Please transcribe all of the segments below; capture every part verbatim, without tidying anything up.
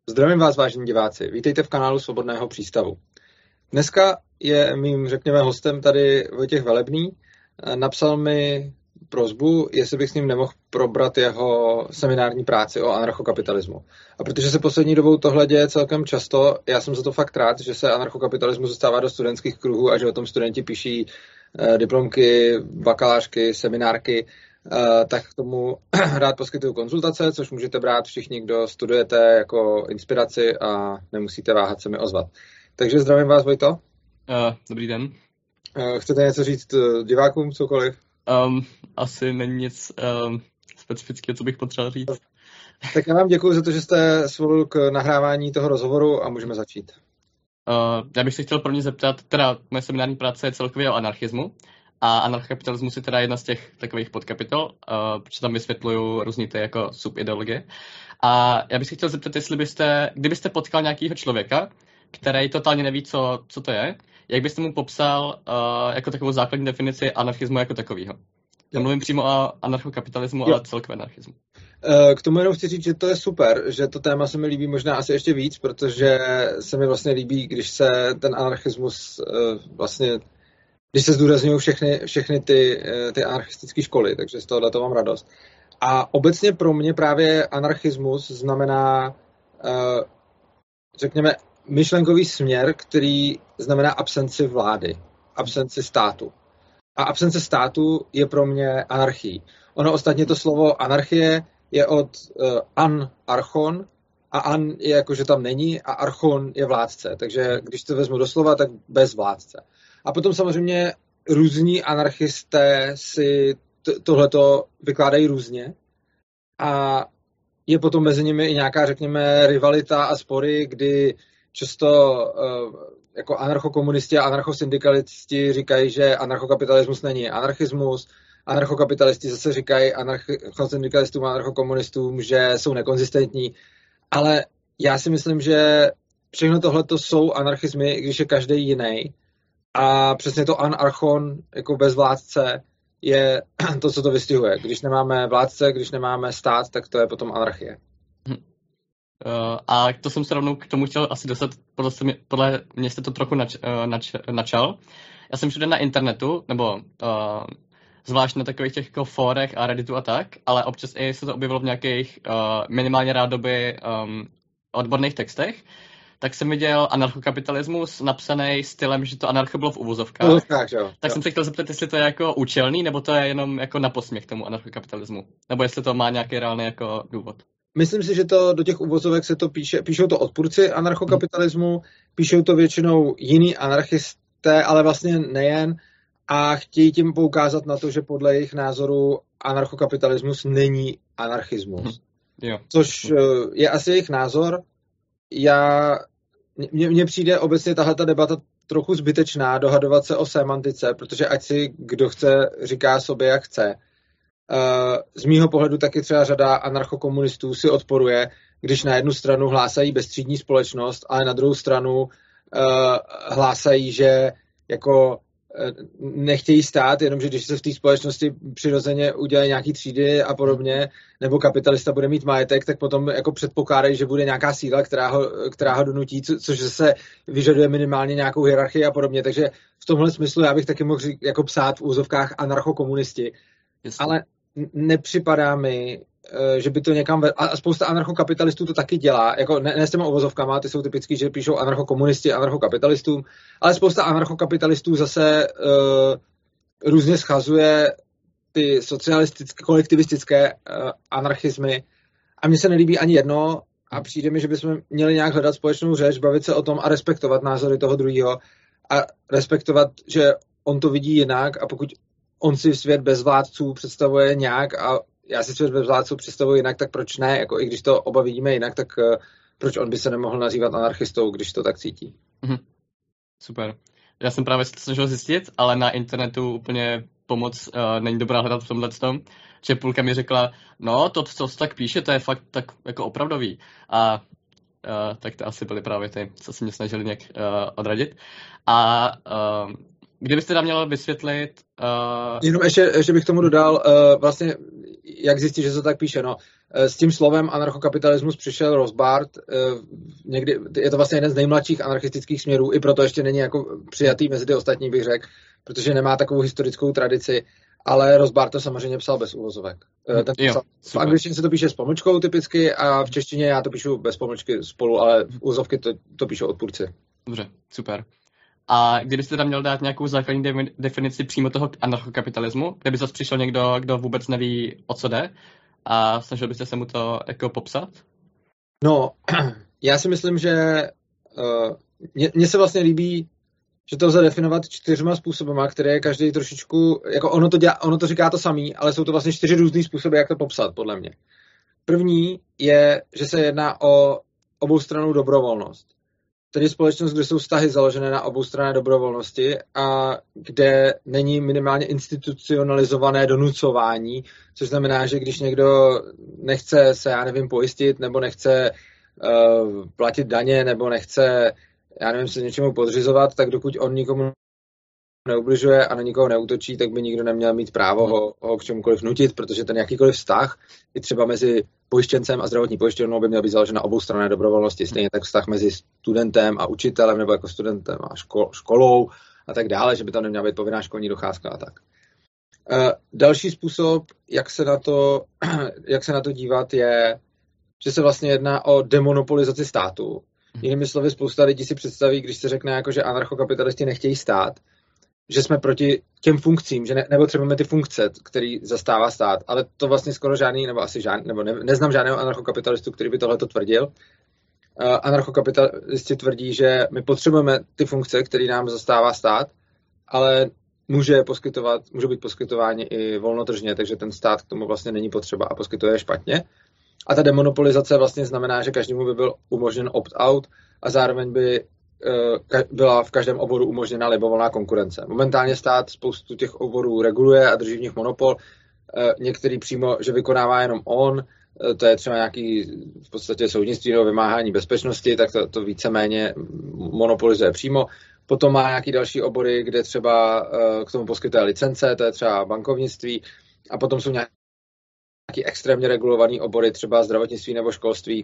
Zdravím vás, vážení diváci. Vítejte v kanálu Svobodného přístavu. Dneska je mým, řekněme, hostem tady Vojtěch Velebný. Napsal mi prosbu, jestli bych s ním nemohl probrat jeho seminární práci o anarchokapitalismu. A protože se poslední dobou tohle děje celkem často, já jsem za to fakt rád, že se anarchokapitalismus dostává do studentských kruhů a že o tom studenti píší eh, diplomky, bakalářky, seminárky, eh, tak k tomu rád poskytuju konzultace, což můžete brát všichni, kdo studujete, jako inspiraci a nemusíte váhat se mi ozvat. Takže zdravím vás, Vojto. Uh, dobrý den. Uh, chcete něco říct divákům, cokoliv? Um, asi není nic um, specifického, co bych potřeboval říct. Tak já vám děkuji za to, že jste svolil k nahrávání toho rozhovoru a můžeme začít. Uh, já bych se chtěl první zeptat, teda moje seminární práce je celkově o anarchismu a anarchokapitalismus je teda jedna z těch takových podkapitol, uh, protože tam vysvětluju různý ty jako subideologie. A já bych se chtěl zeptat, jestli byste, kdybyste potkal nějakého člověka, který totálně neví, co, co to je, jak byste mu popsal uh, jako takovou základní definici anarchismu jako takového? Nemluvím přímo o anarchokapitalismu, jo. ale celkově anarchismu. K tomu jenom chci říct, že to je super, že to téma se mi líbí možná asi ještě víc, protože se mi vlastně líbí, když se ten anarchismus vlastně, když se zdůrazňují všechny, všechny ty, ty anarchistické školy, takže z tohohle to mám radost. A obecně pro mě právě anarchismus znamená, řekněme, myšlenkový směr, který znamená absenci vlády, absenci státu. A absence státu je pro mě anarchií. Ono ostatně to slovo anarchie je od uh, an archon a an je jako, že tam není a archon je vládce. Takže když to vezmu doslova, tak bez vládce. A potom samozřejmě různí anarchisté si t- tohleto vykládají různě a je potom mezi nimi i nějaká, řekněme, rivalita a spory, kdy často uh, jako anarchokomunisti a anarchosyndikalisti říkají, že anarchokapitalismus není anarchismus, anarchokapitalisti zase říkají anarchosyndikalistům a anarchokomunistům, že jsou nekonzistentní, ale já si myslím, že všechno tohleto jsou anarchismy, i když je každý jiný. A přesně to anarchon, jako bez vládce, je to, co to vystihuje. Když nemáme vládce, když nemáme stát, tak to je potom anarchie. Uh, a to jsem se rovnou k tomu chtěl asi dostat, podle, mě, podle mě jste to trochu nač, uh, nač, načal. Já jsem všude na internetu, nebo uh, zvlášť na takových těch jako fórech a Redditu a tak, ale občas i se to objevilo v nějakých uh, minimálně rádoby um, odborných textech, tak jsem viděl anarchokapitalismus napsaný stylem, že to anarcho bylo v uvozovkách. No, tak, jo, tak jo. jsem se chtěl zeptat, jestli to je jako účelný, nebo to je jenom jako na posměch tomu anarchokapitalismu. Nebo jestli to má nějaký reálný jako důvod. Myslím si, že to do těch uvozovek se to píše, píšou to odpůrci anarchokapitalismu, píšou to většinou jiní anarchisté, ale vlastně nejen, a chtějí tím poukázat na to, že podle jejich názoru anarchokapitalismus není anarchismus. Hm. Jo. Což je asi jejich názor. Já, mně přijde obecně tahleta debata trochu zbytečná, dohadovat se o semantice, protože ať si kdo chce, říká sobě, jak chce. Z mýho pohledu taky třeba řada anarchokomunistů si odporuje, když na jednu stranu hlásají bezstřídní společnost, ale na druhou stranu uh, hlásají, že jako uh, nechtějí stát, jenomže když se v té společnosti přirozeně udělají nějaký třídy a podobně, nebo kapitalista bude mít majetek, tak potom jako předpokládají, že bude nějaká síla, která ho, která ho donutí, co, což se vyžaduje minimálně nějakou hierarchii a podobně. Takže v tomhle smyslu já bych taky mohl říct, jako psát v úzovkách anarchokomunisti. Jasně. Ale nepřipadá mi, že by to někam... Ve... A spousta anarchokapitalistů to taky dělá, jako ne, ne s těma uvozovkama, ty jsou typický, že píšou anarchokomunisti anarchokapitalistům, ale spousta anarchokapitalistů zase uh, různě schazuje ty socialistické, kolektivistické uh, anarchismy a mně se nelíbí ani jedno a přijde mi, že bychom měli nějak hledat společnou řeč, bavit se o tom a respektovat názory toho druhého a respektovat, že on to vidí jinak a pokud on si svět bez vládců představuje nějak a já si svět bez vládců představuji jinak, tak proč ne? Jako i když to oba vidíme jinak, tak uh, proč on by se nemohl nazývat anarchistou, když to tak cítí? Mhm. Super. Já jsem právě snažil zjistit, ale na internetu úplně pomoc uh, není dobrá hledat v tomhle tom, že půlka mi řekla, no to, co tak píše, to je fakt tak jako opravdový. A uh, tak to asi byly právě ty, co se mě snažili nějak uh, odradit. A uh, kdybyste tam měl vysvětlit... Uh... Jenom ještě, ještě bych tomu dodal, uh, vlastně jak zjistit, že se tak píše? No, s tím slovem anarchokapitalismus přišel Rothbard, někdy, je to vlastně jeden z nejmladších anarchistických směrů, i proto ještě není jako přijatý mezi ty ostatní, bych řekl, protože nemá takovou historickou tradici, ale Rothbard to samozřejmě psal bez uvozovek. Ten jo, psal, v angličtině se to píše s pomlčkou typicky a v češtině já to píšu bez pomlčky spolu, ale v úvozovky to, to píšou odpůrci. Dobře, super. A kdybyste tam měl dát nějakou základní de- definici přímo toho anarchokapitalismu, kde by zase přišel někdo, kdo vůbec neví, o co jde, a snažil byste se mu to jako popsat? No, já si myslím, že uh, mně se vlastně líbí, že to lze definovat čtyřma způsobama, které je každý trošičku, jako ono to, dělá, ono to říká to samý, ale jsou to vlastně čtyři různý způsoby, jak to popsat, podle mě. První je, že se jedná o oboustrannou dobrovolnost. Tedy společnost, kde jsou vztahy založené na oboustranné dobrovolnosti a kde není minimálně institucionalizované donucování, což znamená, že když někdo nechce se, já nevím, pojistit, nebo nechce uh, platit daně, nebo nechce, já nevím, se něčemu podřizovat, tak dokud on nikomu neubližuje a na nikoho neútočí, tak by nikdo neměl mít právo ho, ho k čemukoliv nutit, protože ten jakýkoliv vztah, i třeba mezi pojištěncem a zdravotní pojišťovnou, by měl být založen na oboustranné dobrovolnosti. Stejně tak vztah mezi studentem a učitelem, nebo jako studentem a škol, školou a tak dále, že by tam neměla být povinná školní docházka a tak. Uh, další způsob, jak se na to, jak se na to dívat, je, že se vlastně jedná o demonopolizaci státu. Jinými slovy, spousta lidí si představí, když se řekne, jako, že anarchokapitalisti nechtějí stát, že jsme proti těm funkcím, že ne, nepotřebujeme ty funkce, který zastává stát, ale to vlastně skoro žádný, nebo asi žádný, nebo ne, neznám žádného anarchokapitalistu, který by tohleto tvrdil. Uh, anarchokapitalisti tvrdí, že my potřebujeme ty funkce, které nám zastává stát, ale může poskytovat, může být poskytováni i volnotržně, takže ten stát k tomu vlastně není potřeba a poskytuje je špatně. A ta demonopolizace vlastně znamená, že každému by byl umožněn opt-out a zároveň by byla v každém oboru umožněna libovolná konkurence. Momentálně stát spoustu těch oborů reguluje a drží v nich monopol. Některý přímo, že vykonává jenom on, to je třeba nějaký v podstatě soudnictví nebo vymáhání bezpečnosti, tak to, to víceméně monopolizuje přímo. Potom má nějaký další obory, kde třeba k tomu poskytuje licence, to je třeba bankovnictví. A potom jsou nějaký extrémně regulované obory, třeba zdravotnictví nebo školství,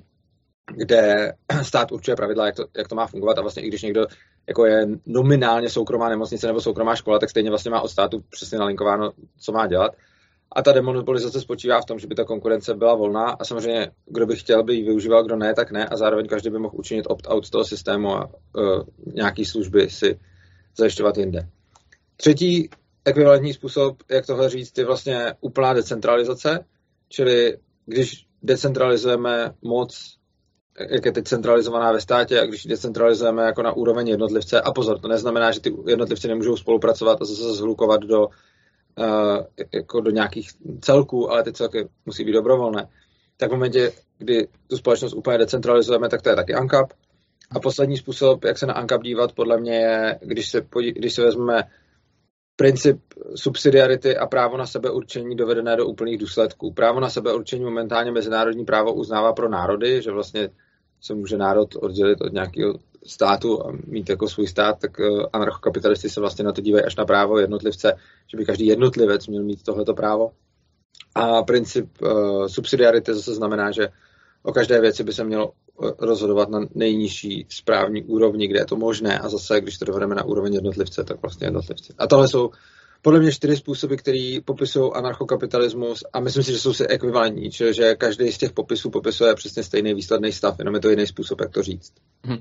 kde stát určuje pravidla, jak to, jak to má fungovat a vlastně i když někdo jako je nominálně soukromá nemocnice nebo soukromá škola, tak stejně vlastně má od státu přesně nalinkováno, co má dělat. A ta demonopolizace spočívá v tom, že by ta konkurence byla volná a samozřejmě kdo by chtěl, by ji využíval, kdo ne, tak ne a zároveň každý by mohl učinit opt-out z toho systému a uh, nějaký služby si zajišťovat jinde. Třetí ekvivalentní způsob, jak tohle říct, je vlastně úplná decentralizace, čili když decentralizujeme moc, jak je teď centralizovaná ve státě, a když decentralizujeme jako na úroveň jednotlivce, a pozor, to neznamená, že ty jednotlivci nemůžou spolupracovat a zase zhlukovat do, uh, jako do nějakých celků, ale ty celky musí být dobrovolné. Tak v momentě, kdy tu společnost úplně decentralizujeme, tak to je taky ANCAP. A poslední způsob, jak se na ANCAP dívat, podle mě je, když se, podí, když se vezmeme princip subsidiarity a právo na sebeurčení dovedené do úplných důsledků. Právo na sebeurčení momentálně mezinárodní právo uznává pro národy, že vlastně se může národ oddělit od nějakého státu a mít jako svůj stát, tak anarchokapitalisti se vlastně na to dívají až na právo jednotlivce, že by každý jednotlivec měl mít tohleto právo. A princip uh, subsidiarity zase znamená, že o každé věci by se mělo rozhodovat na nejnižší správní úrovni, kde je to možné a zase, když to dovedeme na úroveň jednotlivce, tak vlastně jednotlivci. A tohle jsou podle mě čtyři způsoby, které popisují anarchokapitalismus a myslím si, že jsou si ekvivalentní, čili že každý z těch popisů popisuje přesně stejný výsledný stav, jenom je to jiný způsob, jak to říct. Hmm.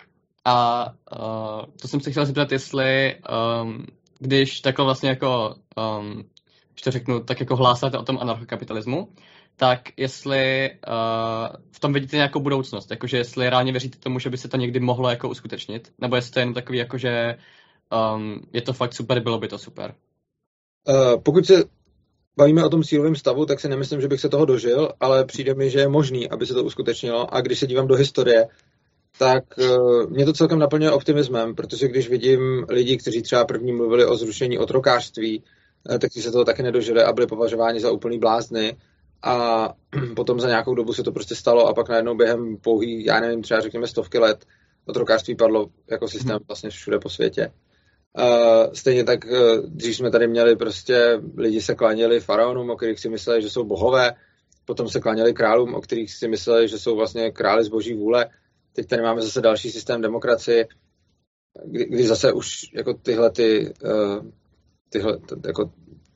A uh, to jsem se chtěl zeptat, jestli um, když takhle vlastně jako um, když to řeknu, tak jako hlásáte o tom anarchokapitalismu, tak jestli uh, v tom vidíte nějakou budoucnost, jakože jestli reálně věříte tomu, že by se to někdy mohlo jako uskutečnit, nebo jestli to je jen takový, jakože um, je to fakt super, bylo by to super. Uh, pokud se bavíme o tom cílovém stavu, tak si nemyslím, že bych se toho dožil, ale přijde mi, že je možný, aby se to uskutečnilo a když se dívám do historie, tak uh, mě to celkem naplňuje optimismem, protože když vidím lidi, kteří třeba první mluvili o zrušení otrokářství, uh, tak ti se toho taky nedožili a byli považováni za úplný blázny. A potom za nějakou dobu se to prostě stalo a pak najednou během pouhý, já nevím, třeba řekněme stovky let otrokářství padlo jako systém vlastně všude po světě. Uh, stejně tak, uh, dřív jsme tady měli prostě, lidi se klaněli faraonům, o kterých si mysleli, že jsou bohové, potom se klaněli králům, o kterých si mysleli, že jsou vlastně králi z boží vůle. Teď tady máme zase další systém demokracie, kdy, kdy zase už jako tyhle ty, uh, tyhle, t, jako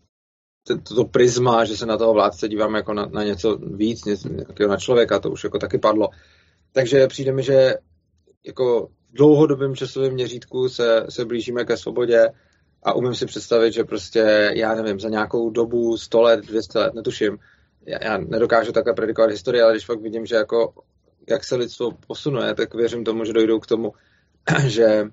toto prisma, že se na toho vládce díváme jako na, na něco víc, něco, jako na člověka, to už jako taky padlo. Takže přijde mi, že jako v dlouhodobém časovém měřítku se, se blížíme ke svobodě a umím si představit, že prostě, já nevím, za nějakou dobu, sto let, dvě stě let, netuším, já, já nedokážu takhle predikovat historii, ale když fakt vidím, že jako, jak se lidstvo posunuje, tak věřím tomu, že dojdou k tomu, že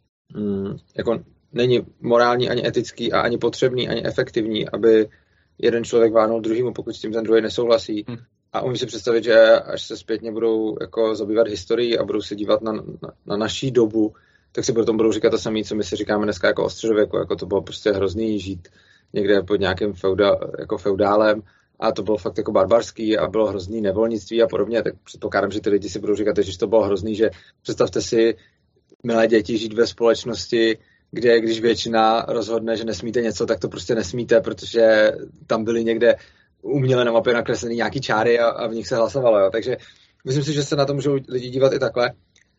mm, jako není morální, ani etický a ani potřebný, ani efektivní, aby jeden člověk vládnul druhýmu, pokud s tím ten druhý nesouhlasí. Hmm. A umím si představit, že až se zpětně budou jako zabývat historií a budou se dívat na, na, na naší dobu, tak si potom budou říkat to samé, co my si říkáme dneska jako o středověku, jako to bylo prostě hrozný žít někde pod nějakým feuda, jako feudálem a to bylo fakt jako barbarský a bylo hrozný nevolnictví a podobně, tak předpokládám, že ty lidi si budou říkat, že to bylo hrozný, že představte si, milé děti, žít ve společnosti, kde když většina rozhodne, že nesmíte něco, tak to prostě nesmíte, protože tam byly někde uměle na mapě nakreslený nějaký čáry a, a v nich se hlasovalo. Jo. Takže myslím si, že se na to můžou lidi dívat i takhle.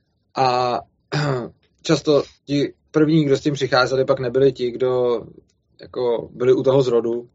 A často ti první, kdo s tím přicházeli, pak nebyli ti, kdo jako byli u toho zrodu.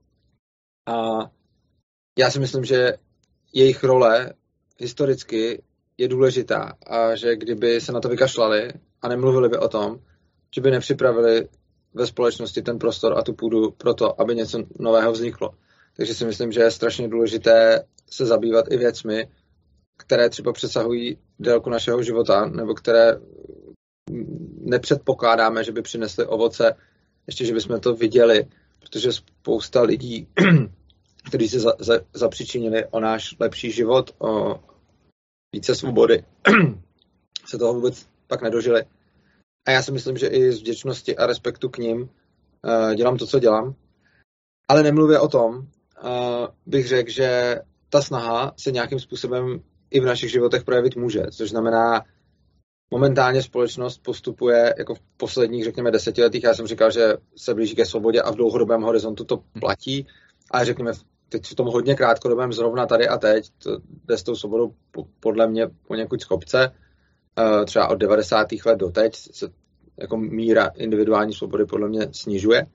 A já si myslím, že jejich role historicky je důležitá a že kdyby se na to vykašlali a nemluvili by o tom, že by nepřipravili ve společnosti ten prostor a tu půdu pro to, aby něco nového vzniklo. Takže si myslím, že je strašně důležité se zabývat i věcmi, které třeba přesahují délku našeho života, nebo které nepředpokládáme, že by přinesly ovoce, ještě, že bychom to viděli, protože spousta lidí, kteří se za, za, zapřičinili o náš lepší život, o více svobody, se toho vůbec pak nedožili. A já si myslím, že i z vděčnosti a respektu k nim uh, dělám to, co dělám. Ale nemluvě o tom, uh, bych řekl, že ta snaha se nějakým způsobem i v našich životech projevit může. Což znamená, momentálně společnost postupuje jako v posledních, řekněme, desetiletích. Já jsem říkal, že se blíží ke svobodě a v dlouhodobém horizontu to platí. Ale řekněme, teď v tom hodně krátkodobém zrovna tady a teď, to jde s tou svobodou podle mě poněkud z kopce. Třeba od devadesátých let do teď se jako míra individuální svobody podle mě snižuje.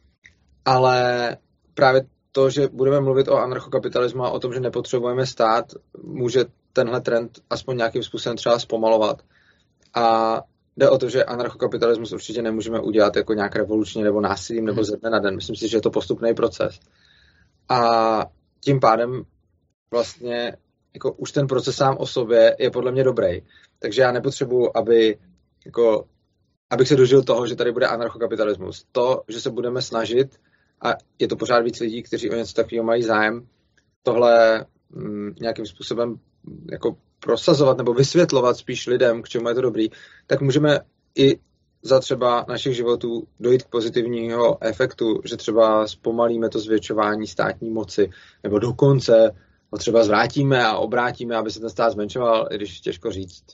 Ale právě to, že budeme mluvit o anarchokapitalismu a o tom, že nepotřebujeme stát, může tenhle trend aspoň nějakým způsobem třeba zpomalovat. A jde o to, že anarchokapitalismus určitě nemůžeme udělat jako nějak revolučně nebo násilím nebo ze dne na den. Myslím si, že je to postupný proces. A tím pádem vlastně jako už ten proces sám o sobě je podle mě dobrý. Takže já nepotřebuji, aby, jako, abych se dožil toho, že tady bude anarchokapitalismus. To, že se budeme snažit, a je to pořád víc lidí, kteří o něco takového mají zájem, tohle m, nějakým způsobem jako prosazovat nebo vysvětlovat spíš lidem, k čemu je to dobrý, tak můžeme i za třeba našich životů dojít k pozitivního efektu, že třeba zpomalíme to zvětšování státní moci, nebo dokonce ho třeba zvrátíme a obrátíme, aby se ten stát zmenšoval, i když těžko říct.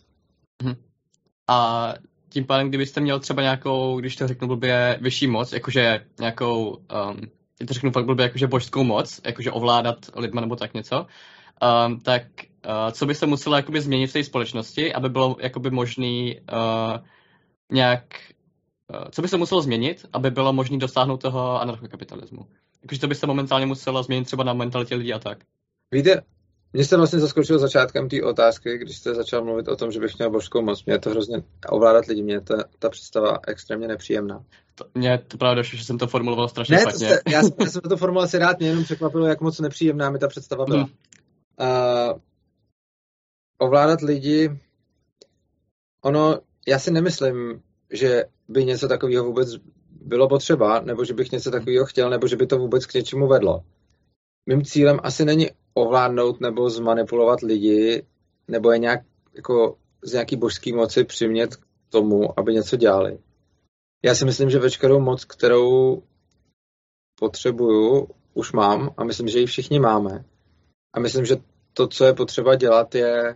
A tím pádem, kdybyste měl třeba nějakou, když to řeknu blbě, vyšší moc, jakože nějakou, um, to řeknu fakt blbě, jakože božskou moc, jakože ovládat lidma nebo tak něco, um, tak uh, co by se muselo jakoby změnit v té společnosti, aby bylo jakoby možný uh, nějak, uh, co by se muselo změnit, aby bylo možné dosáhnout toho anarchokapitalismu? Jakože to by se momentálně muselo změnit třeba na mentalitě lidí a tak. Víte, mě jste vlastně zaskočil začátkem té otázky, když jste začal mluvit o tom, že bych měl božskou moc. Mě je to hrozně ovládat lidi, mě je ta, ta představa extrémně nepříjemná. To, mě to pravda, že jsem to formuloval strašně ne, špatně. Jste, já, jsem, já jsem to formulaci rád, mě jenom překvapilo, jak moc nepříjemná mi ta představa byla. Hmm. Uh, ovládat lidi, ono, já si nemyslím, že by něco takového vůbec bylo potřeba, nebo že bych něco takového chtěl, nebo že by to vůbec k něčemu vedlo. Mým cílem asi není ovládnout nebo zmanipulovat lidi, nebo je nějak jako z nějaký božský moci přimět k tomu, aby něco dělali. Já si myslím, že veškerou moc, kterou potřebuju, už mám a myslím, že ji všichni máme. A myslím, že to, co je potřeba dělat, je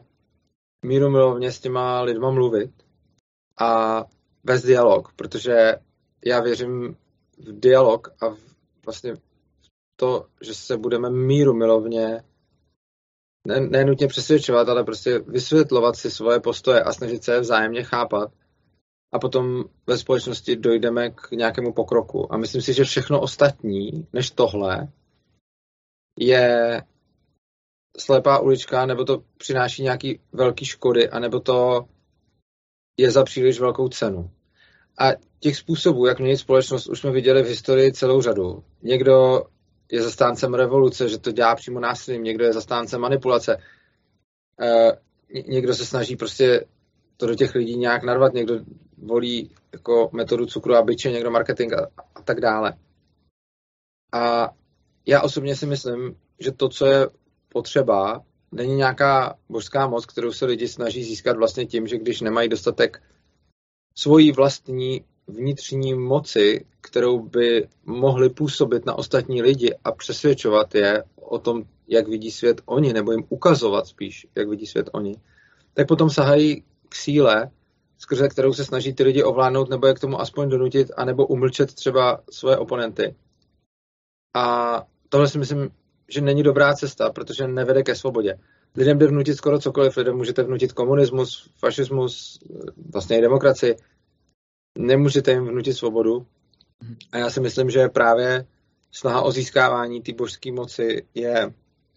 mírumilovně s těma lidma mluvit a vést dialog, protože já věřím v dialog a v, vlastně to, že se budeme míru milovně ne, ne nutně přesvědčovat, ale prostě vysvětlovat si svoje postoje a snažit se je vzájemně chápat. A potom ve společnosti dojdeme k nějakému pokroku. A myslím si, že všechno ostatní, než tohle, je slepá ulička, nebo to přináší nějaký velký škody, anebo to je za příliš velkou cenu. A těch způsobů, jak měnit společnost, už jsme viděli v historii celou řadu. Někdo je zastáncem revoluce, že to dělá přímo násilím, někdo je zastáncem manipulace, e, někdo se snaží prostě to do těch lidí nějak narvat, někdo volí jako metodu cukru a byče, někdo marketing a, a tak dále. A já osobně si myslím, že to, co je potřeba, není nějaká božská moc, kterou se lidi snaží získat vlastně tím, že když nemají dostatek svojí vlastní vnitřní moci, kterou by mohli působit na ostatní lidi a přesvědčovat je o tom, jak vidí svět oni, nebo jim ukazovat spíš, jak vidí svět oni, tak potom sahají k síle, skrze kterou se snaží ty lidi ovládnout, nebo je k tomu aspoň donutit, anebo umlčet třeba svoje oponenty. A tohle si myslím, že není dobrá cesta, protože nevede ke svobodě. Lidem jde vnutit skoro cokoliv, lidem můžete vnutit komunismus, fašismus, vlastně i demokracii. Nemůžete jim vnutit svobodu. A já si myslím, že právě snaha o získávání té božské moci je,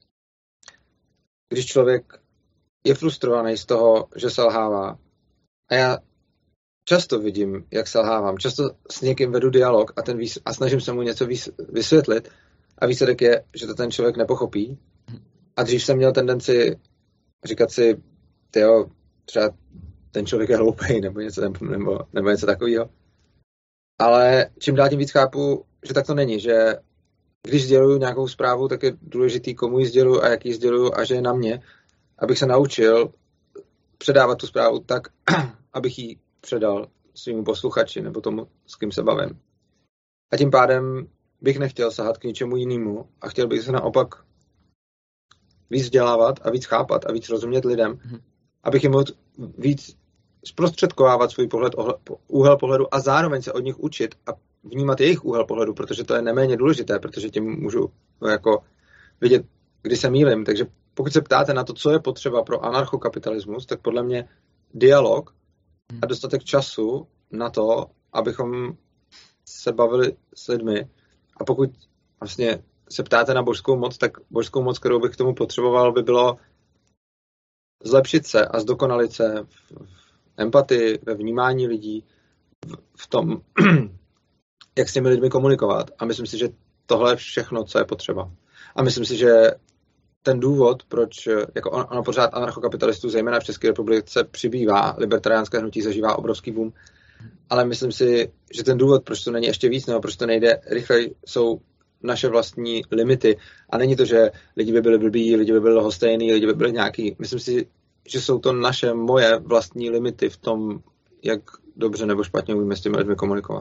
když člověk je frustrovaný z toho, že selhává. A já často vidím, jak selhávám. Často s někým vedu dialog a, ten výs- a snažím se mu něco výs- vysvětlit a výsledek je, že to ten člověk nepochopí. A dřív jsem měl tendenci říkat si, tyjo, třeba ten člověk je hloupej nebo něco, nebo, nebo něco takového. Ale čím dál tím víc chápu, že tak to není, že když sděluju nějakou zprávu, tak je důležitý, komu ji sděluju a jak ji sděluju a že je na mě, abych se naučil předávat tu zprávu tak, abych ji předal svým posluchači nebo tomu, s kým se bavím. A tím pádem bych nechtěl sahat k ničemu jinému a chtěl bych se naopak víc vzdělávat a víc chápat a víc rozumět lidem, mm-hmm. abych jim mohl víc zprostředkovávat svůj pohled, úhel pohledu a zároveň se od nich učit a vnímat jejich úhel pohledu, protože to je neméně důležité, protože tím můžu no, jako vidět, kdy se mýlím. Takže pokud se ptáte na to, co je potřeba pro anarchokapitalismus, tak podle mě dialog a dostatek času na to, abychom se bavili s lidmi. A pokud vlastně se ptáte na božskou moc, tak božskou moc, kterou bych k tomu potřeboval, by bylo zlepšit se a zdokonalit se v empatii, ve vnímání lidí, v tom, jak s těmi lidmi komunikovat. A myslím si, že tohle je všechno, co je potřeba. A myslím si, že ten důvod, proč jako ono on pořád anarchokapitalistů, zejména v České republice, přibývá, libertariánské hnutí zažívá obrovský boom, ale myslím si, že ten důvod, proč to není ještě víc, nebo proč to nejde rychleji, jsou naše vlastní limity. A není to, že lidi by byli blbí, lidi by byli lhostejný, lidi by byli nějaký. Myslím si, že jsou to naše, moje vlastní limity v tom, jak dobře nebo špatně umíme s těmi lidmi komunikovat.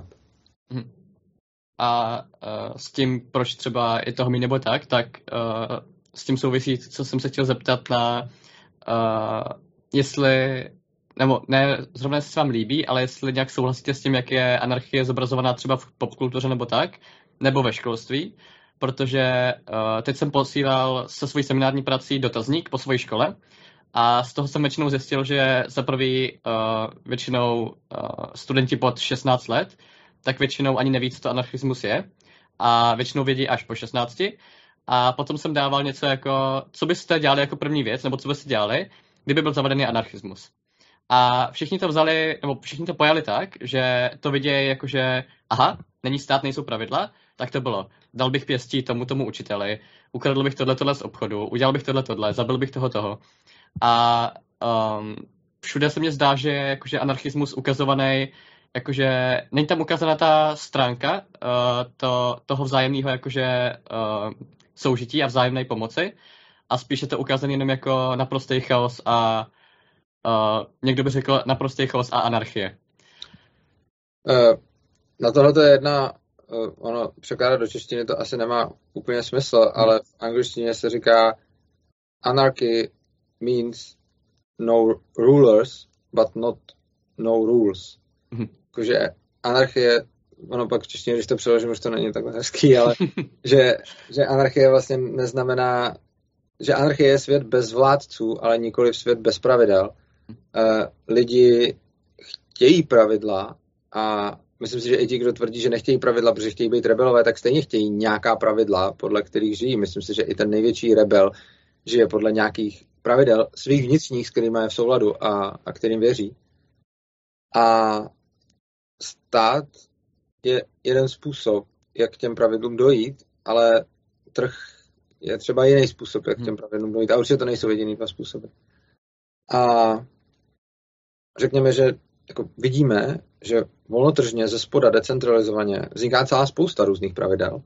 A uh, s tím, proč třeba je toho mít nebo tak, tak uh, s tím souvisí, co jsem se chtěl zeptat na, uh, jestli, nebo ne, zrovna se vám líbí, ale jestli nějak souhlasíte s tím, jak je anarchie zobrazovaná třeba v popkultuře nebo tak, nebo ve školství, protože uh, teď jsem posílal se svojí seminární prací dotazník po své škole a z toho jsem většinou zjistil, že za prvý uh, většinou uh, studenti pod šestnáct let, tak většinou ani neví, co to anarchismus je a většinou vědí až po šestnácti. A potom jsem dával něco jako, co byste dělali jako první věc, nebo co byste dělali, kdyby byl zavedený anarchismus. A všichni to vzali, nebo všichni to pojali tak, že to vidějí jako, že aha, není stát, nejsou pravidla, tak to bylo. Dal bych pěstí tomu tomu učiteli, ukradl bych tohle tohle z obchodu, udělal bych tohle tohle, zabil bych toho toho. A um, všude se mně zdá, že je jakože anarchismus ukazovaný, jakože není tam ukázaná ta stránka uh, to, toho vzájemného jakože uh, soužití a vzájemné pomoci a spíš je to ukázaný jenom jako naprostý chaos a uh, někdo by řekl naprostý chaos a anarchie. Uh, na tohle to je jedna, uh, ono překládat do češtiny to asi nemá úplně smysl, hmm. ale v angličtině se říká anarchy means no rulers, but not no rules. Hmm. Jakože anarchie ono pak v češtině, když to přeložím, už to není takhle hezký, ale že, že anarchie vlastně neznamená, že anarchie je svět bez vládců, ale nikoliv svět bez pravidel. Uh, lidi chtějí pravidla a myslím si, že i ti, kdo tvrdí, že nechtějí pravidla, protože chtějí být rebelové, tak stejně chtějí nějaká pravidla, podle kterých žijí. Myslím si, že i ten největší rebel žije podle nějakých pravidel svých vnitřních, s kterými je v souladu a, a kterým věří. A stát je jeden způsob, jak k těm pravidlům dojít, ale trh je třeba jiný způsob, jak k těm pravidlům dojít. A určitě to nejsou jediný dva způsoby. A řekněme, že jako vidíme, že volnotržně ze spoda decentralizovaně vzniká celá spousta různých pravidel.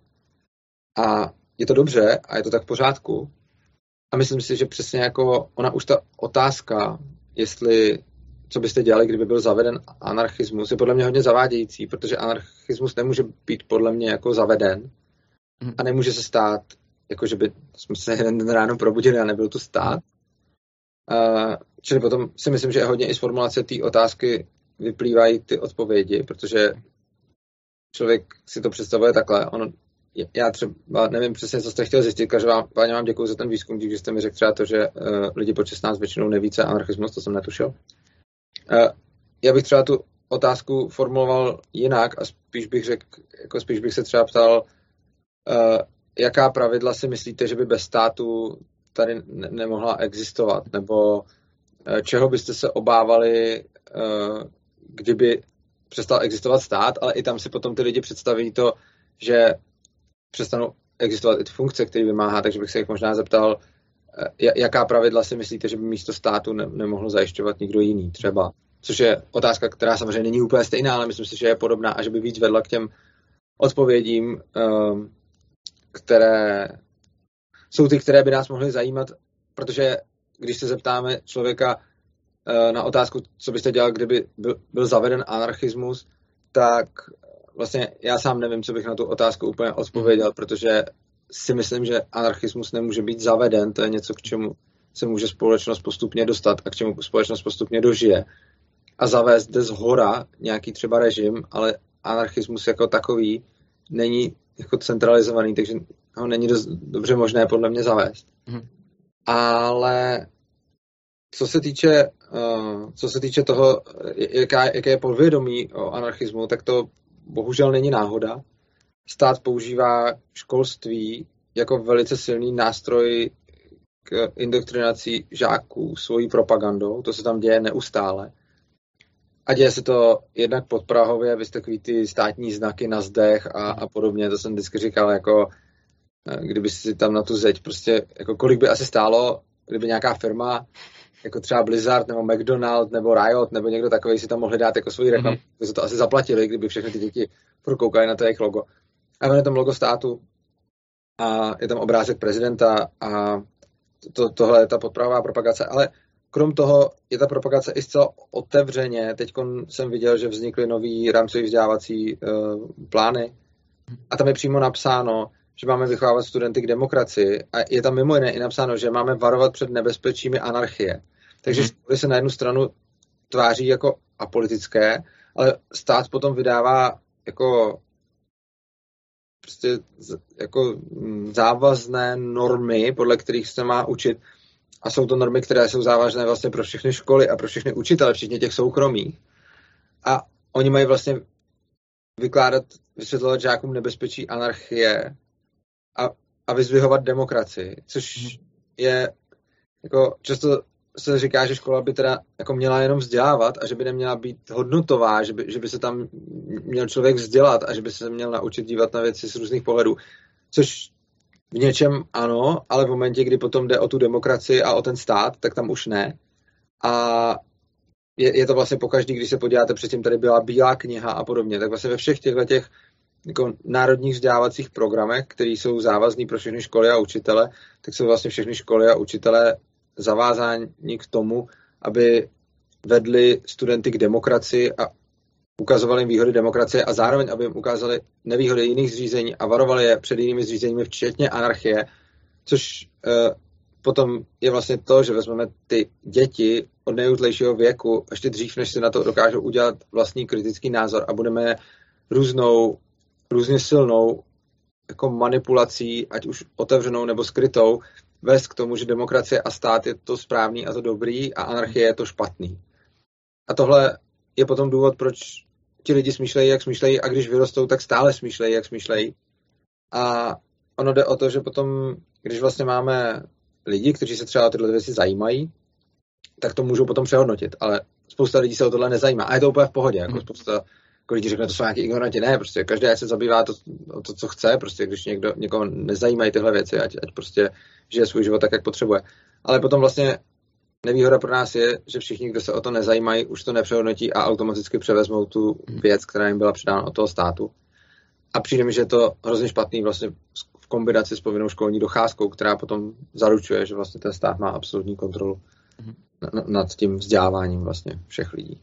A je to dobře a je to tak v pořádku. A myslím si, že přesně jako ona už ta otázka, jestli co byste dělali, kdyby byl zaveden anarchismus, je podle mě hodně zavádějící, protože anarchismus nemůže být podle mě jako zaveden a nemůže se stát, jako že by jsme se jeden den ráno probudili a nebyl tu stát. Uh, čili potom si myslím, že hodně i z formulace té otázky vyplývají ty odpovědi, protože člověk si to představuje takhle. Ono, já třeba nevím přesně, co jste chtěl zjistit, každopádně vám děkuji za ten výzkum, díky, že jste mi řekl třeba to, že uh, lidi po šestnáct většinou neví, co je anarchismus, to jsem netušil. Uh, já bych třeba tu otázku formuloval jinak a spíš bych řekl, jako spíš bych se třeba ptal, uh, jaká pravidla si myslíte, že by bez státu tady ne- nemohla existovat, nebo uh, čeho byste se obávali, uh, kdyby přestal existovat stát, ale i tam si potom ty lidi představí to, že přestanou existovat i ty funkce, které vymáhá, takže bych se jich možná zeptal, jaká pravidla si myslíte, že by místo státu ne- nemohlo zajišťovat nikdo jiný třeba. Což je otázka, která samozřejmě není úplně stejná, ale myslím si, že je podobná a že by víc vedla k těm odpovědím, které jsou ty, které by nás mohly zajímat, protože když se zeptáme člověka na otázku, co byste dělal, kdyby byl, byl zaveden anarchismus, tak vlastně já sám nevím, co bych na tu otázku úplně odpověděl, protože si myslím, že anarchismus nemůže být zaveden, to je něco, k čemu se může společnost postupně dostat a k čemu společnost postupně dožije. A zavést jde zhora nějaký třeba režim, ale anarchismus jako takový není jako centralizovaný, takže ho není dost dobře možné podle mě zavést. Mm. Ale co se týče, uh, co se týče toho, jaká, jaké je podvědomí o anarchismu, tak to bohužel není náhoda. Stát používá školství jako velice silný nástroj k indoktrinaci žáků svojí propagandou. To se tam děje neustále. A děje se to jednak podprahově, vy jste takový ty státní znaky na zdech a, a podobně. To jsem vždycky říkal, jako kdyby si tam na tu zeď prostě, jako kolik by asi stálo, kdyby nějaká firma, jako třeba Blizzard nebo McDonald nebo Riot nebo někdo takový si tam mohli dát jako svůj reklamu. Mm-hmm. By se to asi zaplatili, kdyby všechny ty děti prokoukali na to jejich logo. A je tam logo státu a je tam obrázek prezidenta a to, tohle je ta podprahová propagace. Ale krom toho je ta propagace i zcela otevřeně. Teď jsem viděl, že vznikly nový rámcový vzdělávací uh, plány a tam je přímo napsáno, že máme vychovávat studenty k demokracii a je tam mimo jiné i napsáno, že máme varovat před nebezpečími anarchie. Takže školy se na jednu stranu tváří jako apolitické, ale stát potom vydává jako prostě jako závazné normy, podle kterých se má učit. A jsou to normy, které jsou závažné vlastně pro všechny školy a pro všechny učitele, včetně těch soukromých. A oni mají vlastně vykládat, vysvětlovat žákům nebezpečí anarchie a, a vyzdvihovat demokracii, což je jako často se říká, že škola by teda jako měla jenom vzdělávat a že by neměla být hodnotová, že by, že by se tam měl člověk vzdělat a že by se měl naučit dívat na věci z různých pohledů. Což v něčem ano, ale v momentě, kdy potom jde o tu demokracii a o ten stát, tak tam už ne. A je, je to vlastně pokaždý, když se podíváte, předtím tady byla Bílá kniha a podobně, tak vlastně ve všech těchto těch jako národních vzdělávacích programech, které jsou závazný pro všechny školy a učitele, tak jsou vlastně všechny školy a učitele zavázáni k tomu, aby vedli studenty k demokracii a ukazovali jim výhody demokracie a zároveň, aby jim ukázali nevýhody jiných zřízení a varovali je před jinými zřízeními, včetně anarchie, což eh, potom je vlastně to, že vezmeme ty děti od nejútlejšího věku, ještě dřív, než si na to dokážou udělat vlastní kritický názor a budeme různou, různě silnou jako manipulací, ať už otevřenou nebo skrytou, vést k tomu, že demokracie a stát je to správný a to dobrý a anarchie je to špatný. A tohle je potom důvod, proč ti lidi smýšlejí, jak smýšlejí a když vyrostou, tak stále smýšlejí, jak smýšlejí. A ono jde o to, že potom, když vlastně máme lidi, kteří se třeba o tyhle věci zajímají, tak to můžou potom přehodnotit, ale spousta lidí se o tohle nezajímá. A je to úplně v pohodě, jako spousta jako lidí řekne, to jsou nějaký ignoranti. Ne, prostě každý se zabývá to, o to, co chce, prostě když někdo, někoho nezajímají tyhle věci, ať, ať prostě žije svůj život tak, jak potřebuje. Ale potom vlastně nevýhoda pro nás je, že všichni, kdo se o to nezajímají, už to nepřehodnotí a automaticky převezmou tu věc, která jim byla předána od toho státu. A přijde mi, že je to hrozně špatný vlastně v kombinaci s povinnou školní docházkou, která potom zaručuje, že vlastně ten stát má absolutní kontrolu nad tím vzděláváním vlastně všech lidí.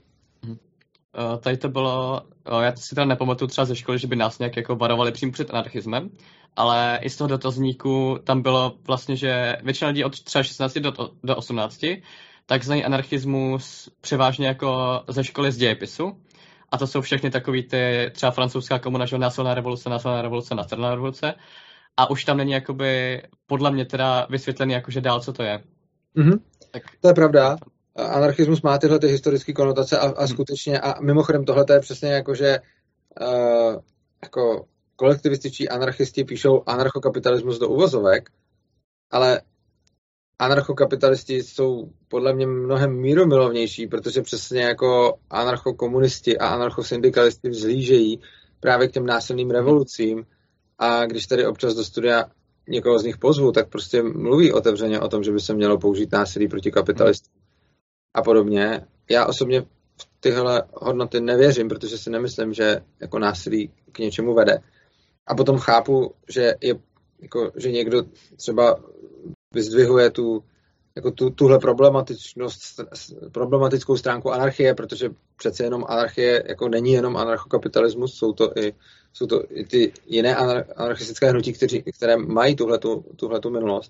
Uh, tady to bylo, uh, já si teda nepamatuju třeba ze školy, že by nás nějak jako varovali přímo před anarchismem, ale i z toho dotazníku tam bylo vlastně, že většina lidí od třeba šestnácti do, do osmnácti tak znají anarchismus převážně jako ze školy z dějepisu. A to jsou všechny takový ty třeba francouzská komuna, že násilná revoluce, násilná revoluce, násilná revoluce. A už tam není jakoby podle mě teda vysvětlený jakože dál, co to je. Mm-hmm. Tak... To je pravda. Anarchismus má tyhle ty historické konotace a, a hmm. skutečně, a mimochodem tohle je přesně jako, že uh, jako kolektivističtí anarchisti píšou anarchokapitalismus do uvozovek, ale anarchokapitalisti jsou podle mě mnohem mírumilovnější, protože přesně jako anarchokomunisti a anarchosyndikalisti vzhlížejí právě k těm násilným revolucím a když tady občas do studia někoho z nich pozvu, tak prostě mluví otevřeně o tom, že by se mělo použít násilí proti kapitalistům a podobně. Já osobně v tyhle hodnoty nevěřím, protože si nemyslím, že jako násilí k něčemu vede. A potom chápu, že je jako, že někdo třeba vyzdvihuje tu, jako tu, tuhle problematičnost, problematickou stránku anarchie, protože přece jenom anarchie jako není jenom anarchokapitalismus, jsou to i, jsou to i ty jiné anarchistické hnutí, kteří, které mají tuhletu, tuhletu minulost.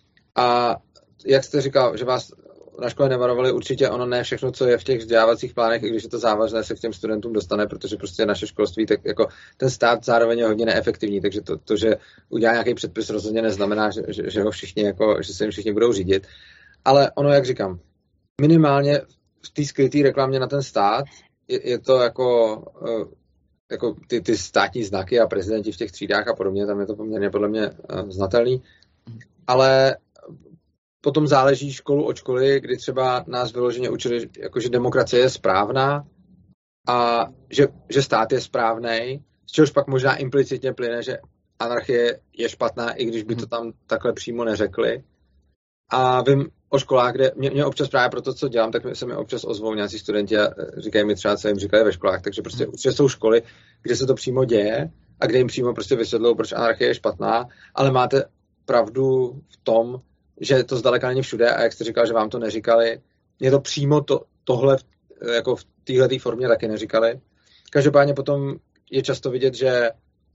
A jak jste říkal, že vás na škole nevarovali, určitě ono ne všechno, co je v těch vzdělávacích plánech, i když je to závažné, se k těm studentům dostane, protože prostě naše školství, tak jako ten stát zároveň je hodně neefektivní, takže to, to že udělá nějaký předpis, rozhodně neznamená, že, že, že ho všichni jako, že se jim všichni budou řídit. Ale ono, jak říkám, minimálně v té skryté reklamě na ten stát je, je to jako, jako ty, ty státní znaky a prezidenti v těch třídách a podobně, tam je to poměrně podle mě znatelný. Ale potom záleží školu od školy, kdy třeba nás vyloženě učili, jako, že demokracie je správná a že, že stát je správnej, z čehož pak možná implicitně plyne, že anarchie je špatná, i když by to tam takhle přímo neřekli. A vím o školách, kde mě, mě občas právě pro to, co dělám, tak se mi občas ozvou nějací studenti a říkají mi třeba, co jim říkali ve školách, takže prostě určitě jsou školy, kde se to přímo děje a kde jim přímo prostě vysvětlují, proč anarchie je špatná, ale máte pravdu v tom, že to zdaleka není všude a jak jste říkal, že vám to neříkali, mě to přímo to, tohle jako v téhletý formě taky neříkali. Každopádně potom je často vidět, že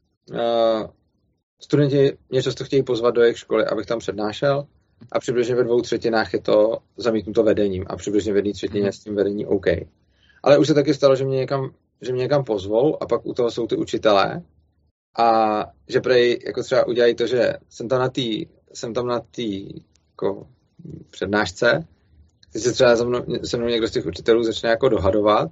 uh, studenti mě často chtějí pozvat do jejich školy, abych tam přednášel a přibližně ve dvou třetinách je to zamítnuto vedením a přibližně v jedné třetině s tím vedení OK. Ale už se taky stalo, že mě někam, že mě někam pozvou a pak u toho jsou ty učitelé a že prej jako třeba udělají to, že jsem tam na té jsem tam na té jako přednášce, teď se třeba se mnou, se mnou někdo z těch učitelů začne jako dohadovat,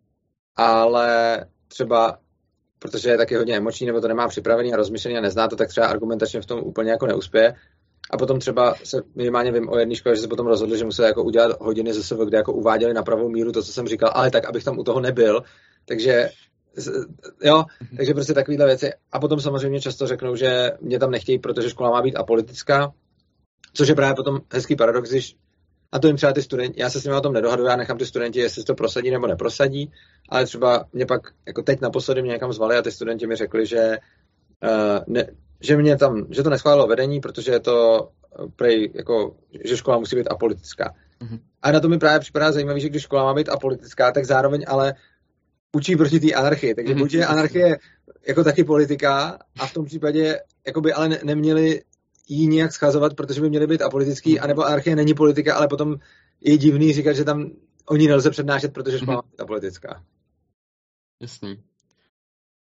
ale třeba, protože je taky hodně emoční, nebo to nemá připravený a rozmyšlený a nezná to, tak třeba argumentačně v tom úplně jako neuspěje. A potom třeba se minimálně vím o jedné škole, že se potom rozhodli, že museli jako udělat hodiny ze sebe, kde jako uváděli na pravou míru to, co jsem říkal, ale tak, abych tam u toho nebyl. Takže jo, takže prostě takovýhle věci. A potom samozřejmě často řeknou, že mě tam nechtějí, protože škola má být apolitická, což je právě potom hezký paradox, když a to jim třeba ty studenti, já se s nimi o tom nedohaduju, já nechám ty studenti, jestli to prosadí nebo neprosadí, ale třeba mě pak, jako teď naposledy mě někam zvali a ty studenti mi řekli, že, uh, ne, že mě tam, že to neschválilo vedení, protože je to prej, jako, že škola musí být apolitická. Mm-hmm. A na to mi právě připadá zajímavé, že když škola má být apolitická, tak zároveň ale učí proti té anarchii, takže mm-hmm. buď je anarchie jako taky politika a v tom případě jakoby ale ne, neměli jí nějak schazovat, protože by měly být apolitický, anebo anarchie není politika, ale potom je divný říkat, že tam oni nelze přednášet, protože škola má být apolitická. Jasný.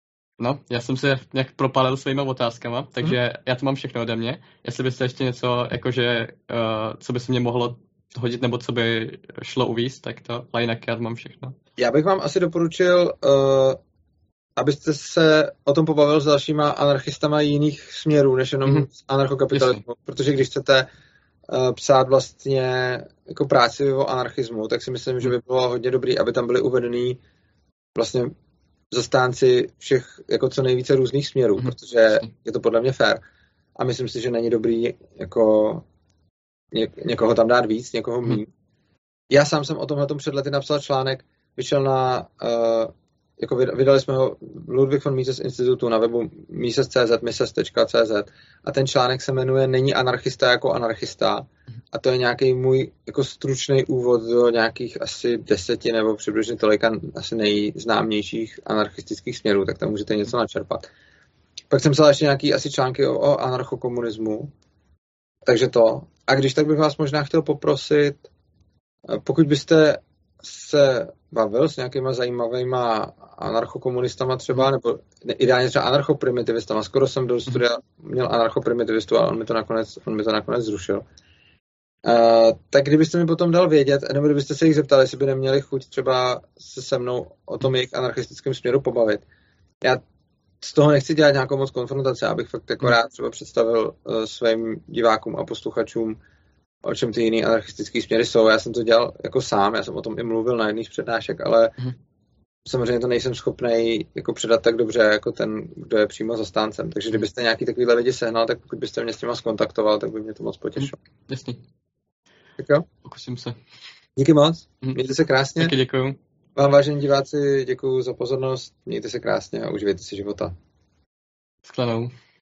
No, já jsem se nějak propálil svýma otázkama, takže hmm. já to mám všechno ode mě. Jestli byste ještě něco, jakože, uh, co by se mě mohlo hodit, nebo co by šlo uvíct, tak to, ale jinak já to mám všechno. Já bych vám asi doporučil, uh, abyste se o tom pobavil s dalšíma anarchistama jiných směrů, než jenom mm-hmm. anarchokapitalismu, protože když chcete uh, psát vlastně jako práci o anarchismu, tak si myslím, že by bylo hodně dobrý, aby tam byly uvedený vlastně zastánci všech jako co nejvíce různých směrů, mm-hmm. protože je to podle mě fair. A myslím si, že není dobrý jako ně, někoho tam dát víc, někoho míň. Mm-hmm. Já sám jsem o tomhletom před lety napsal článek, vyšel na, uh, jako vydali jsme ho Ludwig von Mises institutu na webu mises tečka cé zet, mises tečka cé zet a ten článek se jmenuje Není anarchista jako anarchista a to je nějaký můj jako stručný úvod do nějakých asi deseti nebo přibližně tolika asi nejznámějších anarchistických směrů, tak tam můžete něco načerpat. Pak jsem psal ještě nějaký asi články o, o anarchokomunismu, takže to. A když tak bych vás možná chtěl poprosit, pokud byste se bavil s nějakýma zajímavýma anarchokomunistama třeba, nebo ideálně třeba anarchoprimitivistama. Skoro jsem do studia měl anarchoprimitivistu, ale on mi to nakonec, on mi to nakonec zrušil. Uh, tak kdybyste mi potom dal vědět, nebo kdybyste se jich zeptali, jestli by neměli chuť třeba se se mnou o tom jejich anarchistickém směru pobavit. Já z toho nechci dělat nějakou moc konfrontaci, abych fakt jako rád třeba představil uh, svým divákům a posluchačům, o čem ty jiný anarchistický směry jsou. Já jsem to dělal jako sám, já jsem o tom i mluvil na jedných z přednášek, ale mm. samozřejmě to nejsem schopnej jako předat tak dobře, jako ten, kdo je přímo zastáncem. Takže kdybyste nějaký takovýhle lidi sehnal, tak pokud byste mě s těma skontaktoval, tak by mě to moc potěšilo. Mm. Jasně. Tak jo? Pokusím se. Díky moc, mm. mějte se krásně. Taky děkuju. Vám, vážení diváci, děkuju za pozornost, mějte se krásně a uživejte si života. Sklenou.